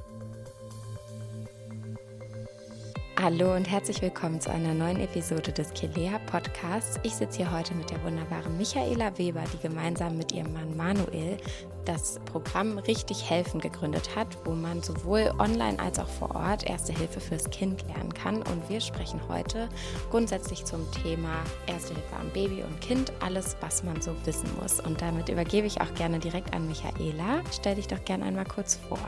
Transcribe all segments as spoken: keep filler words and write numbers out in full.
Hallo und herzlich willkommen zu einer neuen Episode des Kelea Podcasts. Ich sitze hier heute mit der wunderbaren Michaela Weber, die gemeinsam mit ihrem Mann Manuel das Programm Richtig Helfen gegründet hat, wo man sowohl online als auch vor Ort Erste Hilfe fürs Kind lernen kann. Und wir sprechen heute grundsätzlich zum Thema Erste Hilfe am Baby und Kind, alles, was man so wissen muss. Und damit übergebe ich auch gerne direkt an Michaela. Stell dich doch gerne einmal kurz vor.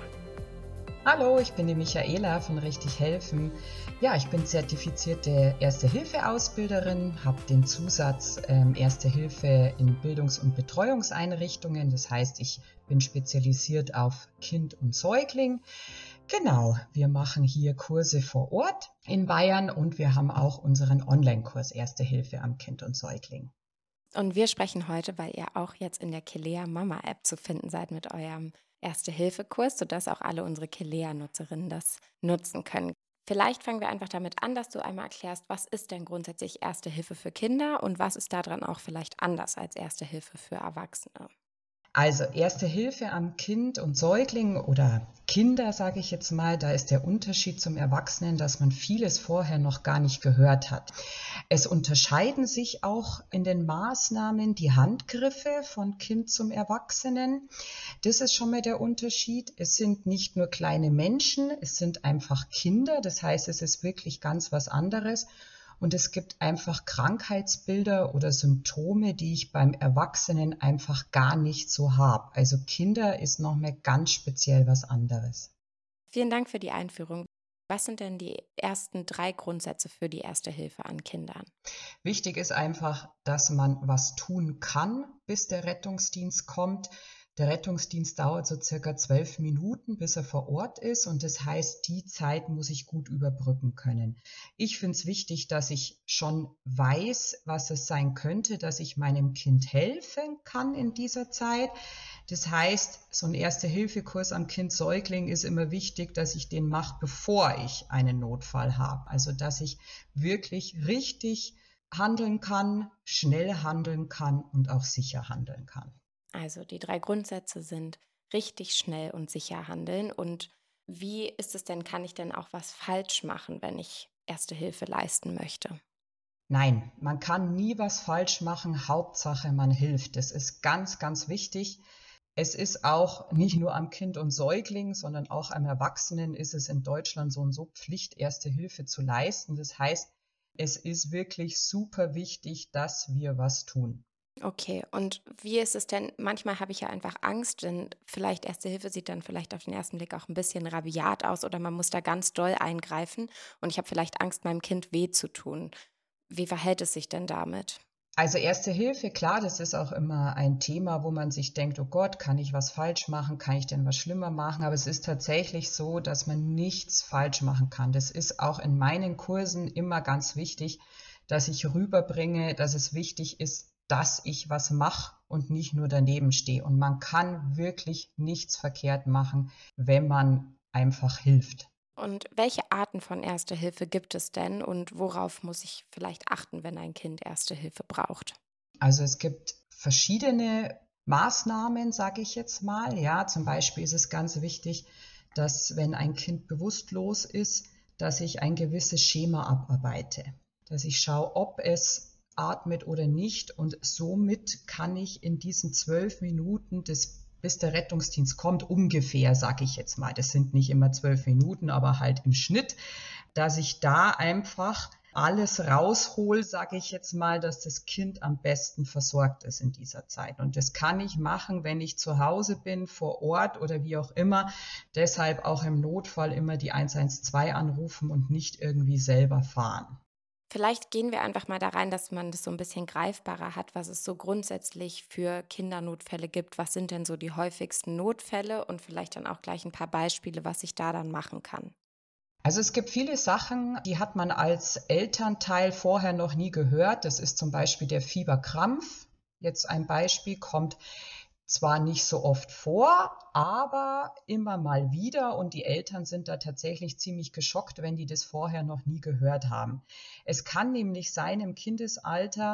Hallo, ich bin die Michaela von Richtig Helfen. Ja, ich bin zertifizierte Erste-Hilfe-Ausbilderin, habe den Zusatz ähm, Erste Hilfe in Bildungs- und Betreuungseinrichtungen. Das heißt, ich bin spezialisiert auf Kind und Säugling. Genau, wir machen hier Kurse vor Ort in Bayern und wir haben auch unseren Online-Kurs Erste Hilfe am Kind und Säugling. Und wir sprechen heute, weil ihr auch jetzt in der Kelea Mama App zu finden seid mit eurem Erste-Hilfe-Kurs, sodass auch alle unsere Kelea-Nutzerinnen das nutzen können. Vielleicht fangen wir einfach damit an, dass du einmal erklärst, was ist denn grundsätzlich Erste Hilfe für Kinder und was ist daran auch vielleicht anders als Erste Hilfe für Erwachsene? Also Erste Hilfe am Kind und Säugling oder Kinder, sage ich jetzt mal, da ist der Unterschied zum Erwachsenen, dass man vieles vorher noch gar nicht gehört hat. Es unterscheiden sich auch in den Maßnahmen die Handgriffe von Kind zum Erwachsenen. Das ist schon mal der Unterschied. Es sind nicht nur kleine Menschen, es sind einfach Kinder. Das heißt, es ist wirklich ganz was anderes. Und es gibt einfach Krankheitsbilder oder Symptome, die ich beim Erwachsenen einfach gar nicht so habe. Also Kinder ist nochmal ganz speziell was anderes. Vielen Dank für die Einführung. Was sind denn die ersten drei Grundsätze für die Erste Hilfe an Kindern? Wichtig ist einfach, dass man was tun kann, bis der Rettungsdienst kommt. Der Rettungsdienst dauert so circa zwölf Minuten, bis er vor Ort ist und das heißt, die Zeit muss ich gut überbrücken können. Ich finde es wichtig, dass ich schon weiß, was es sein könnte, dass ich meinem Kind helfen kann in dieser Zeit. Das heißt, so ein Erste-Hilfe-Kurs am Kind-Säugling ist immer wichtig, dass ich den mache, bevor ich einen Notfall habe. Also, dass ich wirklich richtig handeln kann, schnell handeln kann und auch sicher handeln kann. Also die drei Grundsätze sind richtig schnell und sicher handeln. Und wie ist es denn, kann ich denn auch was falsch machen, wenn ich Erste Hilfe leisten möchte? Nein, man kann nie was falsch machen. Hauptsache, man hilft. Das ist ganz, ganz wichtig. Es ist auch nicht nur am Kind und Säugling, sondern auch am Erwachsenen ist es in Deutschland so und so Pflicht, Erste Hilfe zu leisten. Das heißt, es ist wirklich super wichtig, dass wir was tun. Okay, und wie ist es denn? Manchmal habe ich ja einfach Angst, denn vielleicht Erste Hilfe sieht dann vielleicht auf den ersten Blick auch ein bisschen rabiat aus oder man muss da ganz doll eingreifen und ich habe vielleicht Angst, meinem Kind weh zu tun. Wie verhält es sich denn damit? Also Erste Hilfe, klar, das ist auch immer ein Thema, wo man sich denkt, oh Gott, kann ich was falsch machen? Kann ich denn was schlimmer machen? Aber es ist tatsächlich so, dass man nichts falsch machen kann. Das ist auch in meinen Kursen immer ganz wichtig, dass ich rüberbringe, dass es wichtig ist, dass ich was mache und nicht nur daneben stehe. Und man kann wirklich nichts verkehrt machen, wenn man einfach hilft. Und welche Arten von Erste Hilfe gibt es denn und worauf muss ich vielleicht achten, wenn ein Kind Erste Hilfe braucht? Also es gibt verschiedene Maßnahmen, sage ich jetzt mal. Ja, zum Beispiel ist es ganz wichtig, dass wenn ein Kind bewusstlos ist, dass ich ein gewisses Schema abarbeite, dass ich schaue, ob es atmet oder nicht und somit kann ich in diesen zwölf Minuten des bis der Rettungsdienst kommt, ungefähr, sage ich jetzt mal, das sind nicht immer zwölf Minuten, aber halt im Schnitt, dass ich da einfach alles raushol, sage ich jetzt mal, dass das Kind am besten versorgt ist in dieser Zeit. Und das kann ich machen, wenn ich zu Hause bin, vor Ort oder wie auch immer. Deshalb auch im Notfall immer die eins eins zwei anrufen und nicht irgendwie selber fahren. Vielleicht gehen wir einfach mal da rein, dass man das so ein bisschen greifbarer hat, was es so grundsätzlich für Kindernotfälle gibt. Was sind denn so die häufigsten Notfälle und vielleicht dann auch gleich ein paar Beispiele, was ich da dann machen kann? Also es gibt viele Sachen, die hat man als Elternteil vorher noch nie gehört. Das ist zum Beispiel der Fieberkrampf. Jetzt ein Beispiel, kommt zwar nicht so oft vor, aber immer mal wieder und die Eltern sind da tatsächlich ziemlich geschockt, wenn die das vorher noch nie gehört haben. Es kann nämlich sein im Kindesalter,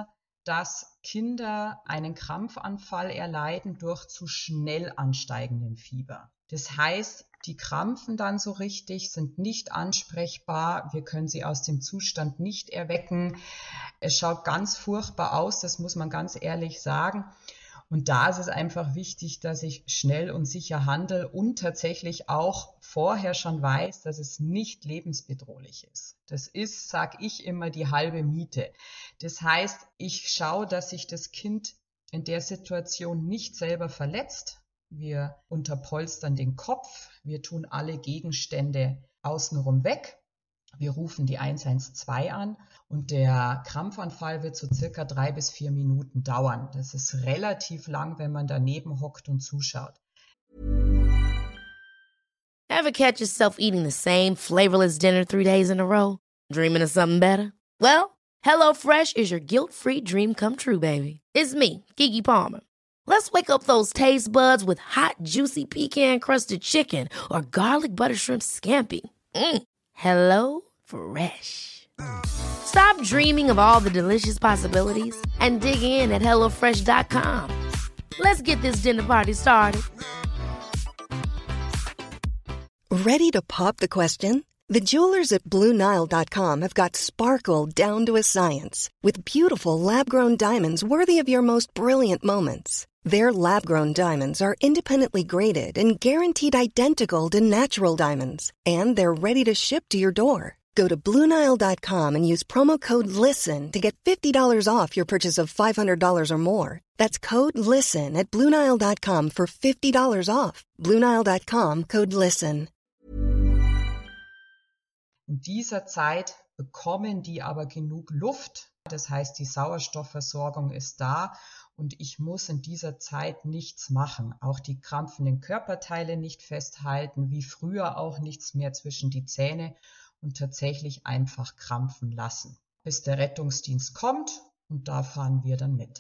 dass Kinder einen Krampfanfall erleiden durch zu schnell ansteigenden Fieber. Das heißt, die krampfen dann so richtig, sind nicht ansprechbar, wir können sie aus dem Zustand nicht erwecken. Es schaut ganz furchtbar aus, das muss man ganz ehrlich sagen. Und da ist es einfach wichtig, dass ich schnell und sicher handle und tatsächlich auch vorher schon weiß, dass es nicht lebensbedrohlich ist. Das ist, sage ich immer, die halbe Miete. Das heißt, ich schaue, dass sich das Kind in der Situation nicht selber verletzt. Wir unterpolstern den Kopf, wir tun alle Gegenstände außenrum weg. Wir rufen die eins eins zwei an und der Krampfanfall wird so circa drei bis vier Minuten dauern. Das ist relativ lang, wenn man daneben hockt und zuschaut. Ever catch yourself eating the same flavorless dinner three days in a row? Dreaming of something better? Well, HelloFresh is your guilt-free dream come true, baby. It's me, Keke Palmer. Let's wake up those taste buds with hot, juicy pecan-crusted chicken or garlic butter shrimp scampi. Mm. Hello Fresh. Stop dreaming of all the delicious possibilities and dig in at hello fresh dot com. Let's get this dinner party started. Ready to pop the question? The jewelers at Blue Nile dot com have got sparkle down to a science with beautiful lab-grown diamonds worthy of your most brilliant moments. Their lab-grown diamonds are independently graded and guaranteed identical to natural diamonds, and they're ready to ship to your door. Go to Blue Nile dot com and use promo code LISTEN to get fifty dollars off your purchase of five hundred dollars or more. That's code LISTEN at Blue Nile dot com for fifty dollars off. Blue Nile dot com, code LISTEN. In dieser Zeit bekommen die aber genug Luft. Das heißt, die Sauerstoffversorgung ist da und ich muss in dieser Zeit nichts machen. Auch die krampfenden Körperteile nicht festhalten, wie früher auch nichts mehr zwischen die Zähne und tatsächlich einfach krampfen lassen, bis der Rettungsdienst kommt und da fahren wir dann mit.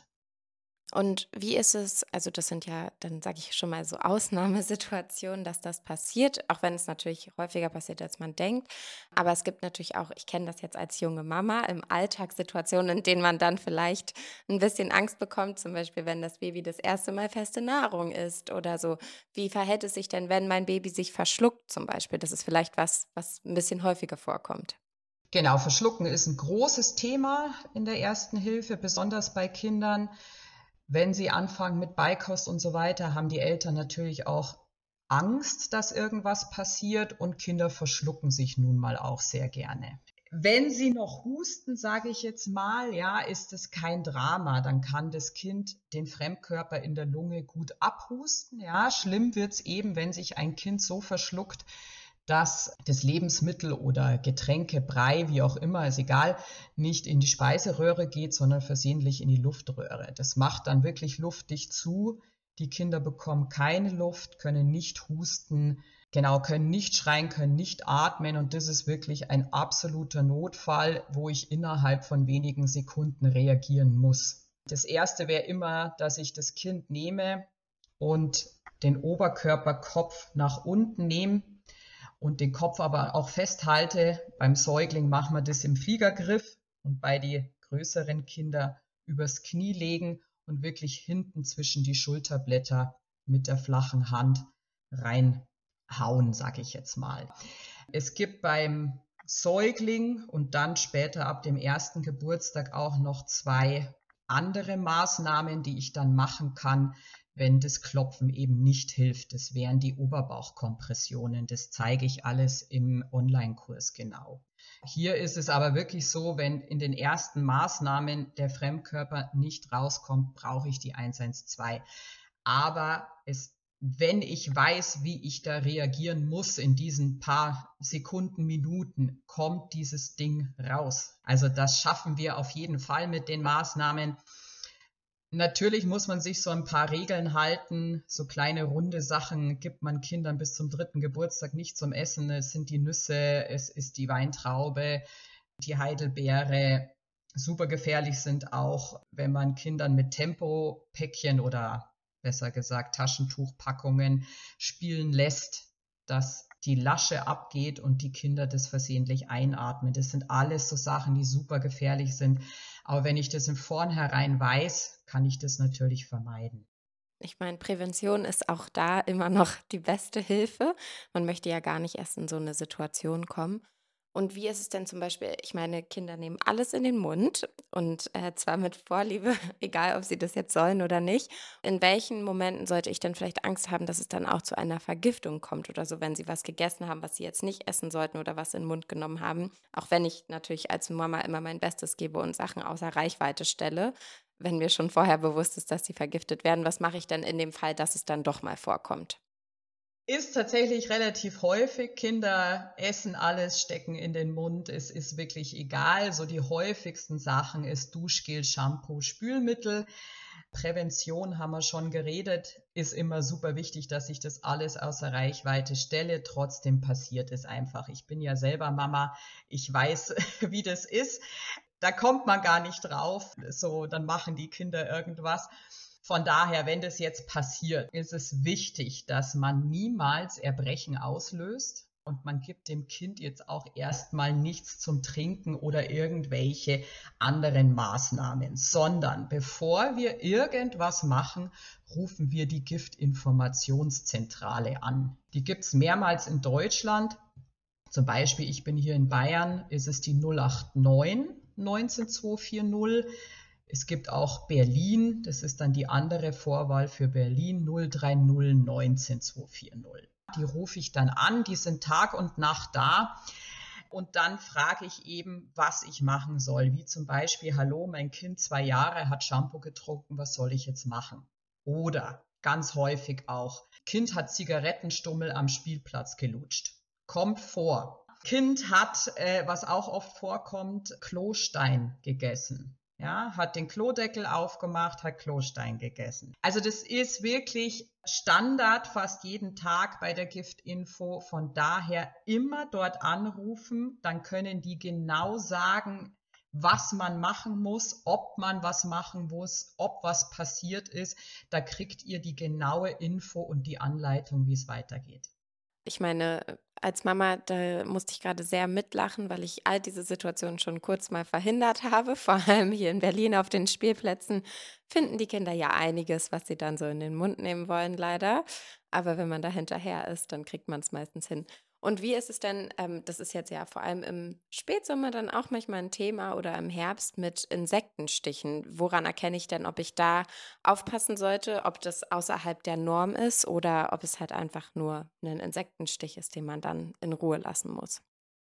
Und wie ist es, also das sind ja, dann sage ich schon mal so Ausnahmesituationen, dass das passiert, auch wenn es natürlich häufiger passiert, als man denkt. Aber es gibt natürlich auch, ich kenne das jetzt als junge Mama, im Alltag Situationen, in denen man dann vielleicht ein bisschen Angst bekommt, zum Beispiel, wenn das Baby das erste Mal feste Nahrung isst oder so. Wie verhält es sich denn, wenn mein Baby sich verschluckt zum Beispiel? Das ist vielleicht was, was ein bisschen häufiger vorkommt. Genau, Verschlucken ist ein großes Thema in der Ersten Hilfe, besonders bei Kindern. Wenn sie anfangen mit Beikost und so weiter, haben die Eltern natürlich auch Angst, dass irgendwas passiert und Kinder verschlucken sich nun mal auch sehr gerne. Wenn sie noch husten, sage ich jetzt mal, ja, ist es kein Drama. Dann kann das Kind den Fremdkörper in der Lunge gut abhusten. Ja, schlimm wird es eben, wenn sich ein Kind so verschluckt, dass das Lebensmittel oder Getränke, Brei, wie auch immer, ist egal, nicht in die Speiseröhre geht, sondern versehentlich in die Luftröhre. Das macht dann wirklich luftdicht zu. Die Kinder bekommen keine Luft, können nicht husten, genau, können nicht schreien, können nicht atmen und das ist wirklich ein absoluter Notfall, wo ich innerhalb von wenigen Sekunden reagieren muss. Das Erste wäre immer, dass ich das Kind nehme und den Oberkörperkopf nach unten nehme, und den Kopf aber auch festhalte. Beim Säugling machen wir das im Fliegergriff und bei den größeren Kindern übers Knie legen und wirklich hinten zwischen die Schulterblätter mit der flachen Hand reinhauen, sage ich jetzt mal. Es gibt beim Säugling und dann später ab dem ersten Geburtstag auch noch zwei andere Maßnahmen, die ich dann machen kann, wenn das Klopfen eben nicht hilft. Das wären die Oberbauchkompressionen. Das zeige ich alles im Online-Kurs genau. Hier ist es aber wirklich so, wenn in den ersten Maßnahmen der Fremdkörper nicht rauskommt, brauche ich die eins eins zwei. Aber es, wenn ich weiß, wie ich da reagieren muss in diesen paar Sekunden, Minuten, kommt dieses Ding raus. Also das schaffen wir auf jeden Fall mit den Maßnahmen. Natürlich muss man sich so ein paar Regeln halten, so kleine runde Sachen gibt man Kindern bis zum dritten Geburtstag nicht zum Essen. Es sind die Nüsse, es ist die Weintraube, die Heidelbeere. Super gefährlich sind auch, wenn man Kindern mit Tempopäckchen oder besser gesagt Taschentuchpackungen spielen lässt, dass die Lasche abgeht und die Kinder das versehentlich einatmen. Das sind alles so Sachen, die super gefährlich sind. Aber wenn ich das im Vornherein weiß, kann ich das natürlich vermeiden. Ich meine, Prävention ist auch da immer noch die beste Hilfe. Man möchte ja gar nicht erst in so eine Situation kommen. Und wie ist es denn zum Beispiel, ich meine, Kinder nehmen alles in den Mund und äh, zwar mit Vorliebe, egal ob sie das jetzt sollen oder nicht. In welchen Momenten sollte ich denn vielleicht Angst haben, dass es dann auch zu einer Vergiftung kommt oder so, wenn sie was gegessen haben, was sie jetzt nicht essen sollten oder was in den Mund genommen haben? Auch wenn ich natürlich als Mama immer mein Bestes gebe und Sachen außer Reichweite stelle, wenn mir schon vorher bewusst ist, dass sie vergiftet werden. Was mache ich denn in dem Fall, dass es dann doch mal vorkommt? Ist tatsächlich relativ häufig. Kinder essen alles, stecken in den Mund. Es ist wirklich egal. So die häufigsten Sachen ist Duschgel, Shampoo, Spülmittel. Prävention haben wir schon geredet. Ist immer super wichtig, dass ich das alles außer Reichweite stelle. Trotzdem passiert es einfach. Ich bin ja selber Mama. Ich weiß, wie das ist. Da kommt man gar nicht drauf. So, dann machen die Kinder irgendwas. Von daher, wenn das jetzt passiert, ist es wichtig, dass man niemals Erbrechen auslöst und man gibt dem Kind jetzt auch erstmal nichts zum Trinken oder irgendwelche anderen Maßnahmen, sondern bevor wir irgendwas machen, rufen wir die Giftinformationszentrale an. Die gibt es mehrmals in Deutschland. Zum Beispiel, ich bin hier in Bayern, ist es die null acht neun neunzehn zweihundertvierzig. Es gibt auch Berlin, das ist dann die andere Vorwahl für Berlin, null drei null neunzehn zweihundertvierzig. Die rufe ich dann an, die sind Tag und Nacht da und dann frage ich eben, was ich machen soll. Wie zum Beispiel, hallo, mein Kind zwei Jahre hat Shampoo getrunken, was soll ich jetzt machen? Oder ganz häufig auch, Kind hat Zigarettenstummel am Spielplatz gelutscht. Kommt vor. Kind hat, äh, was auch oft vorkommt, Klostein gegessen. Ja, hat den Klodeckel aufgemacht, hat Klostein gegessen. Also das ist wirklich Standard fast jeden Tag bei der Giftinfo. Von daher immer dort anrufen, dann können die genau sagen, was man machen muss, ob man was machen muss, ob was passiert ist. Da kriegt ihr die genaue Info und die Anleitung, wie es weitergeht. Ich meine, als Mama, da musste ich gerade sehr mitlachen, weil ich all diese Situationen schon kurz mal verhindert habe. Vor allem hier in Berlin auf den Spielplätzen finden die Kinder ja einiges, was sie dann so in den Mund nehmen wollen, leider. Aber wenn man da hinterher ist, dann kriegt man es meistens hin. Und wie ist es denn, ähm, das ist jetzt ja vor allem im Spätsommer dann auch manchmal ein Thema oder im Herbst mit Insektenstichen. Woran erkenne ich denn, ob ich da aufpassen sollte, ob das außerhalb der Norm ist oder ob es halt einfach nur ein Insektenstich ist, den man dann in Ruhe lassen muss?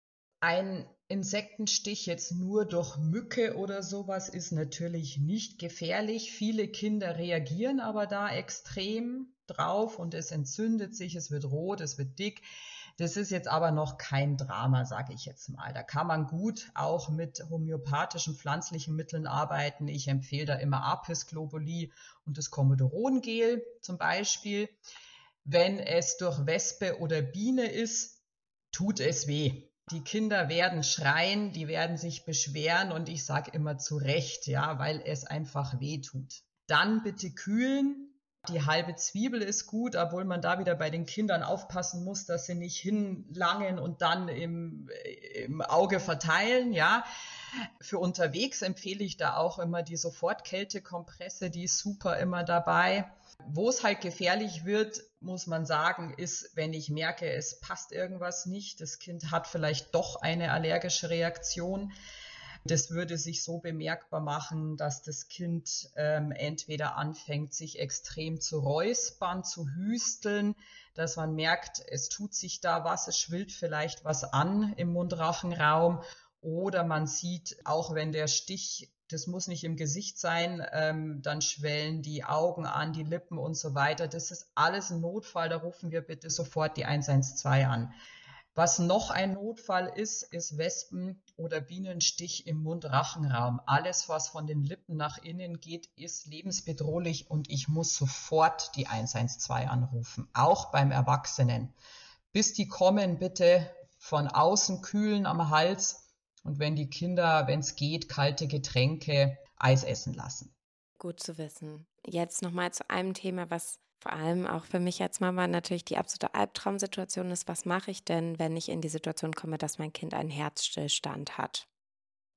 Ein Insektenstich jetzt nur durch Mücke oder sowas ist natürlich nicht gefährlich. Viele Kinder reagieren aber da extrem drauf und es entzündet sich, es wird rot, es wird dick. Das ist jetzt aber noch kein Drama, sage ich jetzt mal. Da kann man gut auch mit homöopathischen pflanzlichen Mitteln arbeiten. Ich empfehle da immer Apis globuli und das Comedorongel zum Beispiel. Wenn es durch Wespe oder Biene ist, tut es weh. Die Kinder werden schreien, die werden sich beschweren und ich sage immer zu Recht, ja, weil es einfach weh tut. Dann bitte kühlen. Die halbe Zwiebel ist gut, obwohl man da wieder bei den Kindern aufpassen muss, dass sie nicht hinlangen und dann im, im Auge verteilen, ja. Für unterwegs empfehle ich da auch immer die Sofortkältekompresse, die ist super immer dabei. Wo es halt gefährlich wird, muss man sagen, ist, wenn ich merke, es passt irgendwas nicht, das Kind hat vielleicht doch eine allergische Reaktion. Das würde sich so bemerkbar machen, dass das Kind ähm, entweder anfängt, sich extrem zu räuspern, zu hüsteln, dass man merkt, es tut sich da was, es schwillt vielleicht was an im Mundrachenraum. Oder man sieht, auch wenn der Stich, das muss nicht im Gesicht sein, ähm, dann schwellen die Augen an, die Lippen und so weiter. Das ist alles ein Notfall, da rufen wir bitte sofort die eins eins zwei an. Was noch ein Notfall ist, ist Wespen- oder Bienenstich im Mund-Rachenraum. Alles, was von den Lippen nach innen geht, ist lebensbedrohlich und ich muss sofort die eins eins zwei anrufen, auch beim Erwachsenen. Bis die kommen, bitte von außen kühlen am Hals und wenn die Kinder, wenn es geht, kalte Getränke, Eis essen lassen. Gut zu wissen. Jetzt nochmal zu einem Thema, was vor allem auch für mich als Mama natürlich die absolute Albtraumsituation ist. Was mache ich denn, wenn ich in die Situation komme, dass mein Kind einen Herzstillstand hat?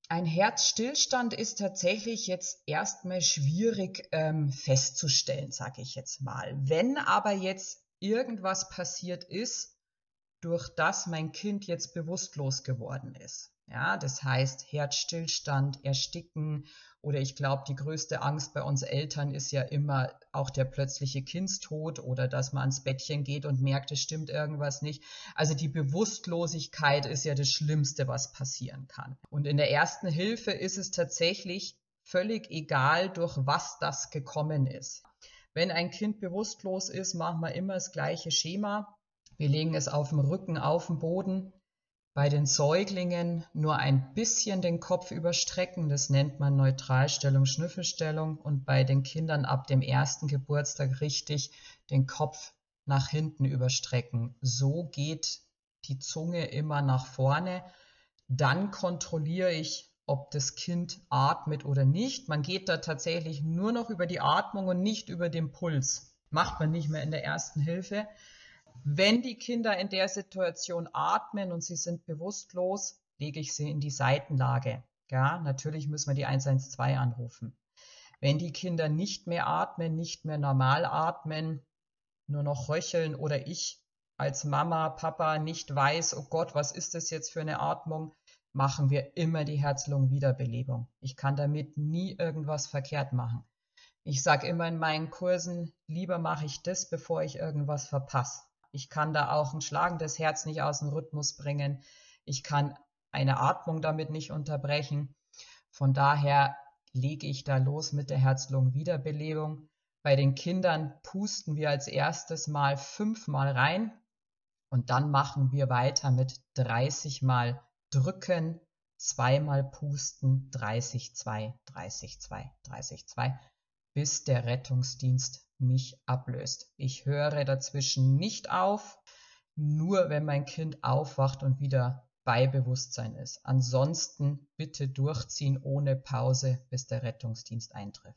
Ein Herzstillstand ist tatsächlich jetzt erstmal schwierig ähm, festzustellen, sage ich jetzt mal. Wenn aber jetzt irgendwas passiert ist, durch das mein Kind jetzt bewusstlos geworden ist, ja, das heißt Herzstillstand, Ersticken oder ich glaube, die größte Angst bei uns Eltern ist ja immer auch der plötzliche Kindstod oder dass man ans Bettchen geht und merkt, es stimmt irgendwas nicht. Also die Bewusstlosigkeit ist ja das Schlimmste, was passieren kann. Und in der ersten Hilfe ist es tatsächlich völlig egal, durch was das gekommen ist. Wenn ein Kind bewusstlos ist, machen wir immer das gleiche Schema. Wir legen es auf dem Rücken auf den Boden. Bei den Säuglingen nur ein bisschen den Kopf überstrecken, das nennt man Neutralstellung, Schnüffelstellung, und bei den Kindern ab dem ersten Geburtstag richtig den Kopf nach hinten überstrecken. So geht die Zunge immer nach vorne. Dann kontrolliere ich, ob das Kind atmet oder nicht. Man geht da tatsächlich nur noch über die Atmung und nicht über den Puls. Macht man nicht mehr in der ersten Hilfe. Wenn die Kinder in der Situation atmen und sie sind bewusstlos, lege ich sie in die Seitenlage. Ja, natürlich müssen wir die eins eins zwei anrufen. Wenn die Kinder nicht mehr atmen, nicht mehr normal atmen, nur noch röcheln oder ich als Mama, Papa nicht weiß, oh Gott, was ist das jetzt für eine Atmung, machen wir immer die Herz-Lungen-Wiederbelebung. Ich kann damit nie irgendwas verkehrt machen. Ich sage immer in meinen Kursen, lieber mache ich das, bevor ich irgendwas verpasse. Ich kann da auch ein schlagendes Herz nicht aus dem Rhythmus bringen. Ich kann eine Atmung damit nicht unterbrechen. Von daher lege ich da los mit der Herz-Lungen-Wiederbelebung. Bei den Kindern pusten wir als erstes Mal fünfmal rein und dann machen wir weiter mit dreißig Mal drücken, zweimal pusten, dreißig, zwei, dreißig, zwei, dreißig, zwei, bis der Rettungsdienst mich ablöst. Ich höre dazwischen nicht auf, nur wenn mein Kind aufwacht und wieder bei Bewusstsein ist. Ansonsten bitte durchziehen ohne Pause, bis der Rettungsdienst eintrifft.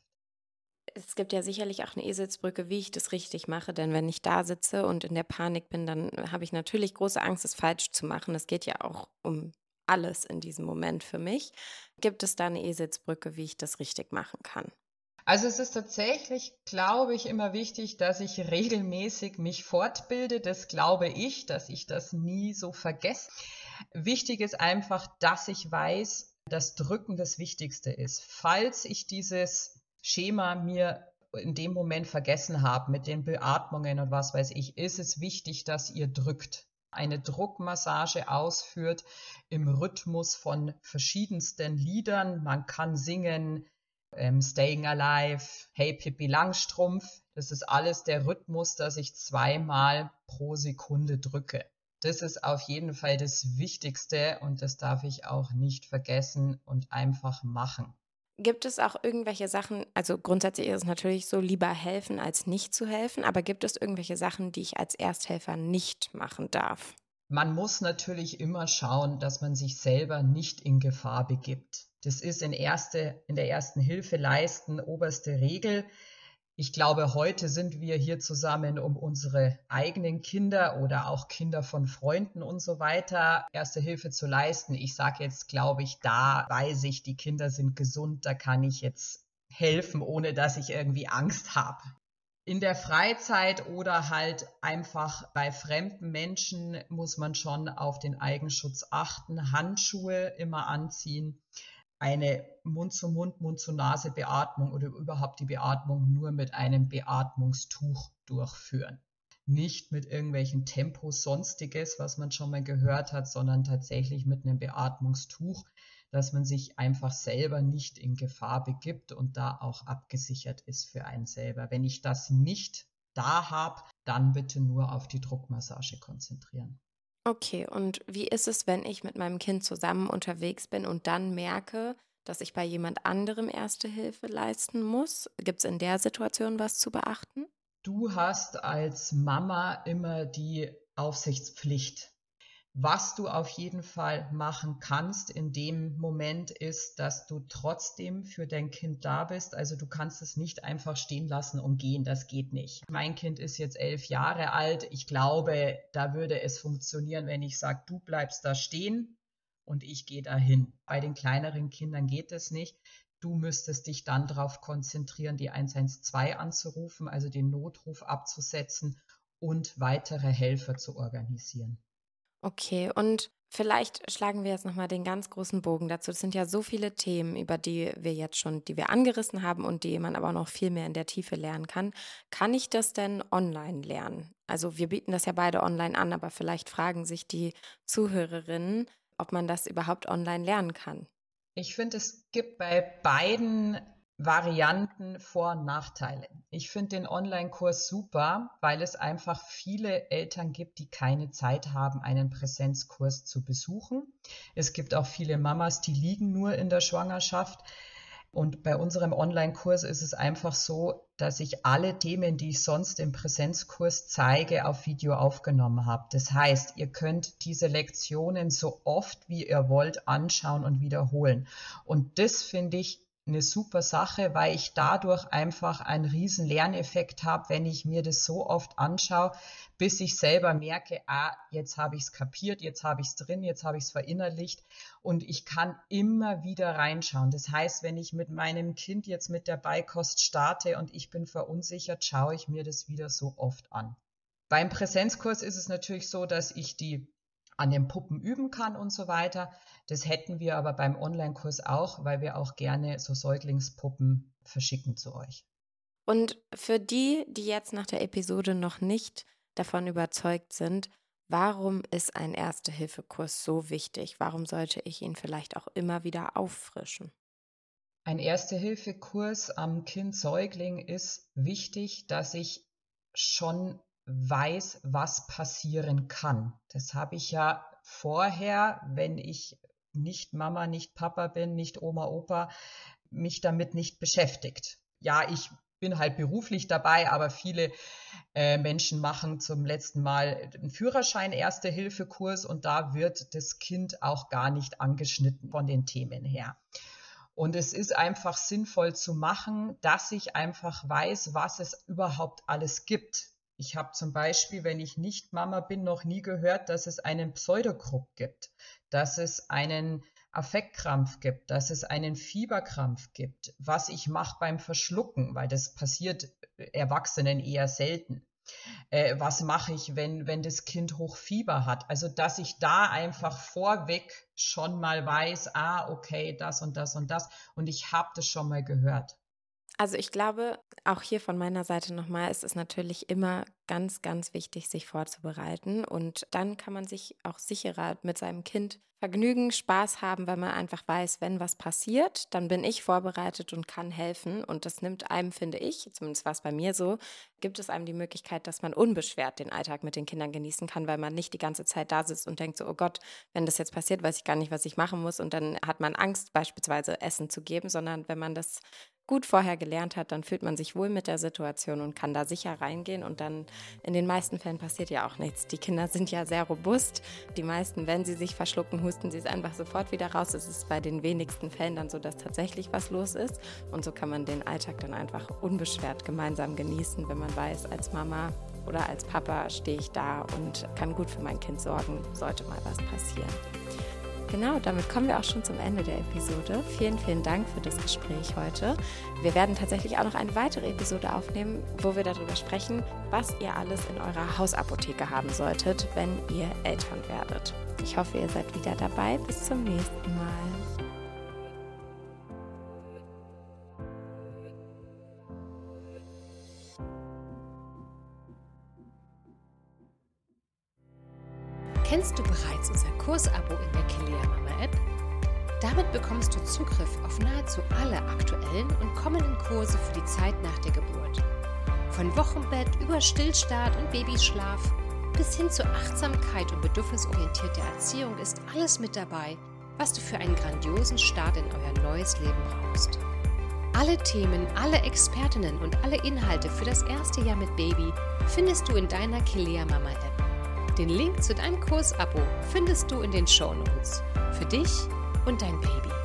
Es gibt ja sicherlich auch eine Eselsbrücke, wie ich das richtig mache, denn wenn ich da sitze und in der Panik bin, dann habe ich natürlich große Angst, es falsch zu machen. Es geht ja auch um alles in diesem Moment für mich. Gibt es da eine Eselsbrücke, wie ich das richtig machen kann? Also es ist tatsächlich, glaube ich, immer wichtig, dass ich regelmäßig mich fortbilde. Das glaube ich, dass ich das nie so vergesse. Wichtig ist einfach, dass ich weiß, dass Drücken das Wichtigste ist. Falls ich dieses Schema mir in dem Moment vergessen habe mit den Beatmungen und was weiß ich, ist es wichtig, dass ihr drückt. Eine Druckmassage ausführt im Rhythmus von verschiedensten Liedern. Man kann singen, ähm, Staying Alive, Hey Pippi Langstrumpf. Das ist alles der Rhythmus, dass ich zweimal pro Sekunde drücke. Das ist auf jeden Fall das Wichtigste und das darf ich auch nicht vergessen und einfach machen. Gibt es auch irgendwelche Sachen, also grundsätzlich ist es natürlich so, lieber helfen als nicht zu helfen, aber gibt es irgendwelche Sachen, die ich als Ersthelfer nicht machen darf? Man muss natürlich immer schauen, dass man sich selber nicht in Gefahr begibt. Das ist in, erste, in der ersten Hilfe leisten oberste Regel. Ich glaube, heute sind wir hier zusammen, um unsere eigenen Kinder oder auch Kinder von Freunden und so weiter Erste Hilfe zu leisten. Ich sage jetzt, glaube ich, da weiß ich, die Kinder sind gesund, da kann ich jetzt helfen, ohne dass ich irgendwie Angst habe. In der Freizeit oder halt einfach bei fremden Menschen muss man schon auf den Eigenschutz achten, Handschuhe immer anziehen. Eine Mund-zu-Mund, Mund-zu-Nase-Beatmung oder überhaupt die Beatmung nur mit einem Beatmungstuch durchführen. Nicht mit irgendwelchen Tempos, sonstiges, was man schon mal gehört hat, sondern tatsächlich mit einem Beatmungstuch, dass man sich einfach selber nicht in Gefahr begibt und da auch abgesichert ist für einen selber. Wenn ich das nicht da habe, dann bitte nur auf die Druckmassage konzentrieren. Okay, und wie ist es, wenn ich mit meinem Kind zusammen unterwegs bin und dann merke, dass ich bei jemand anderem Erste Hilfe leisten muss? Gibt es in der Situation was zu beachten? Du hast als Mama immer die Aufsichtspflicht. Was du auf jeden Fall machen kannst in dem Moment ist, dass du trotzdem für dein Kind da bist. Also du kannst es nicht einfach stehen lassen und gehen, das geht nicht. Mein Kind ist jetzt elf Jahre alt. Ich glaube, da würde es funktionieren, wenn ich sage, du bleibst da stehen und ich gehe dahin. Bei den kleineren Kindern geht es nicht. Du müsstest dich dann darauf konzentrieren, die eins eins zwei anzurufen, also den Notruf abzusetzen und weitere Helfer zu organisieren. Okay, und vielleicht schlagen wir jetzt nochmal den ganz großen Bogen dazu. Es sind ja so viele Themen, über die wir jetzt schon, die wir angerissen haben und die man aber noch viel mehr in der Tiefe lernen kann. Kann ich das denn online lernen? Also wir bieten das ja beide online an, aber vielleicht fragen sich die Zuhörerinnen, ob man das überhaupt online lernen kann. Ich finde, es gibt bei beiden Varianten Vor- und Nachteile. Ich finde den Online-Kurs super, weil es einfach viele Eltern gibt, die keine Zeit haben, einen Präsenzkurs zu besuchen. Es gibt auch viele Mamas, die liegen nur in der Schwangerschaft. Und bei unserem Online-Kurs ist es einfach so, dass ich alle Themen, die ich sonst im Präsenzkurs zeige, auf Video aufgenommen habe. Das heißt, ihr könnt diese Lektionen so oft wie ihr wollt anschauen und wiederholen. Und das finde ich eine super Sache, weil ich dadurch einfach einen riesen Lerneffekt habe, wenn ich mir das so oft anschaue, bis ich selber merke, ah, jetzt habe ich es kapiert, jetzt habe ich es drin, jetzt habe ich es verinnerlicht und ich kann immer wieder reinschauen. Das heißt, wenn ich mit meinem Kind jetzt mit der Beikost starte und ich bin verunsichert, schaue ich mir das wieder so oft an. Beim Präsenzkurs ist es natürlich so, dass ich die an den Puppen üben kann und so weiter. Das hätten wir aber beim Online-Kurs auch, weil wir auch gerne so Säuglingspuppen verschicken zu euch. Und für die, die jetzt nach der Episode noch nicht davon überzeugt sind, warum ist ein Erste-Hilfe-Kurs so wichtig? Warum sollte ich ihn vielleicht auch immer wieder auffrischen? Ein Erste-Hilfe-Kurs am Kind-Säugling ist wichtig, dass ich schon weiß, was passieren kann. Das habe ich ja vorher, wenn ich nicht Mama, nicht Papa bin, nicht Oma, Opa, mich damit nicht beschäftigt. Ja, ich bin halt beruflich dabei, aber viele äh, Menschen machen zum letzten Mal einen Führerschein-Erste-Hilfe-Kurs und da wird das Kind auch gar nicht angeschnitten von den Themen her. Und es ist einfach sinnvoll zu machen, dass ich einfach weiß, was es überhaupt alles gibt. Ich habe zum Beispiel, wenn ich nicht Mama bin, noch nie gehört, dass es einen Pseudokrupp gibt, dass es einen Affektkrampf gibt, dass es einen Fieberkrampf gibt, was ich mache beim Verschlucken, weil das passiert Erwachsenen eher selten. Äh, was mache ich, wenn, wenn das Kind Hochfieber hat? Also, dass ich da einfach vorweg schon mal weiß, ah, okay, das und das und das und ich habe das schon mal gehört. Also ich glaube, auch hier von meiner Seite nochmal, es ist natürlich immer ganz, ganz wichtig, sich vorzubereiten und dann kann man sich auch sicherer mit seinem Kind vergnügen, Spaß haben, weil man einfach weiß, wenn was passiert, dann bin ich vorbereitet und kann helfen und das nimmt einem, finde ich, zumindest war es bei mir so, gibt es einem die Möglichkeit, dass man unbeschwert den Alltag mit den Kindern genießen kann, weil man nicht die ganze Zeit da sitzt und denkt so, oh Gott, wenn das jetzt passiert, weiß ich gar nicht, was ich machen muss und dann hat man Angst, beispielsweise Essen zu geben, sondern wenn man das gut vorher gelernt hat, dann fühlt man sich wohl mit der Situation und kann da sicher reingehen und dann in den meisten Fällen passiert ja auch nichts. Die Kinder sind ja sehr robust. Die meisten, wenn sie sich verschlucken, husten sie es einfach sofort wieder raus. Es ist bei den wenigsten Fällen dann so, dass tatsächlich was los ist und so kann man den Alltag dann einfach unbeschwert gemeinsam genießen, wenn man weiß, als Mama oder als Papa stehe ich da und kann gut für mein Kind sorgen, sollte mal was passieren. Genau, damit kommen wir auch schon zum Ende der Episode. Vielen, vielen Dank für das Gespräch heute. Wir werden tatsächlich auch noch eine weitere Episode aufnehmen, wo wir darüber sprechen, was ihr alles in eurer Hausapotheke haben solltet, wenn ihr Eltern werdet. Ich hoffe, ihr seid wieder dabei. Bis zum nächsten Mal. Kennst du bereits unser Kursabo in der Kilea Mama App? Damit bekommst du Zugriff auf nahezu alle aktuellen und kommenden Kurse für die Zeit nach der Geburt. Von Wochenbett über Stillstart und Babyschlaf bis hin zur Achtsamkeit und bedürfnisorientierter Erziehung ist alles mit dabei, was du für einen grandiosen Start in euer neues Leben brauchst. Alle Themen, alle Expertinnen und alle Inhalte für das erste Jahr mit Baby findest du in deiner Kilea Mama App. Den Link zu deinem Kursabo findest du in den Shownotes. Für dich und dein Baby.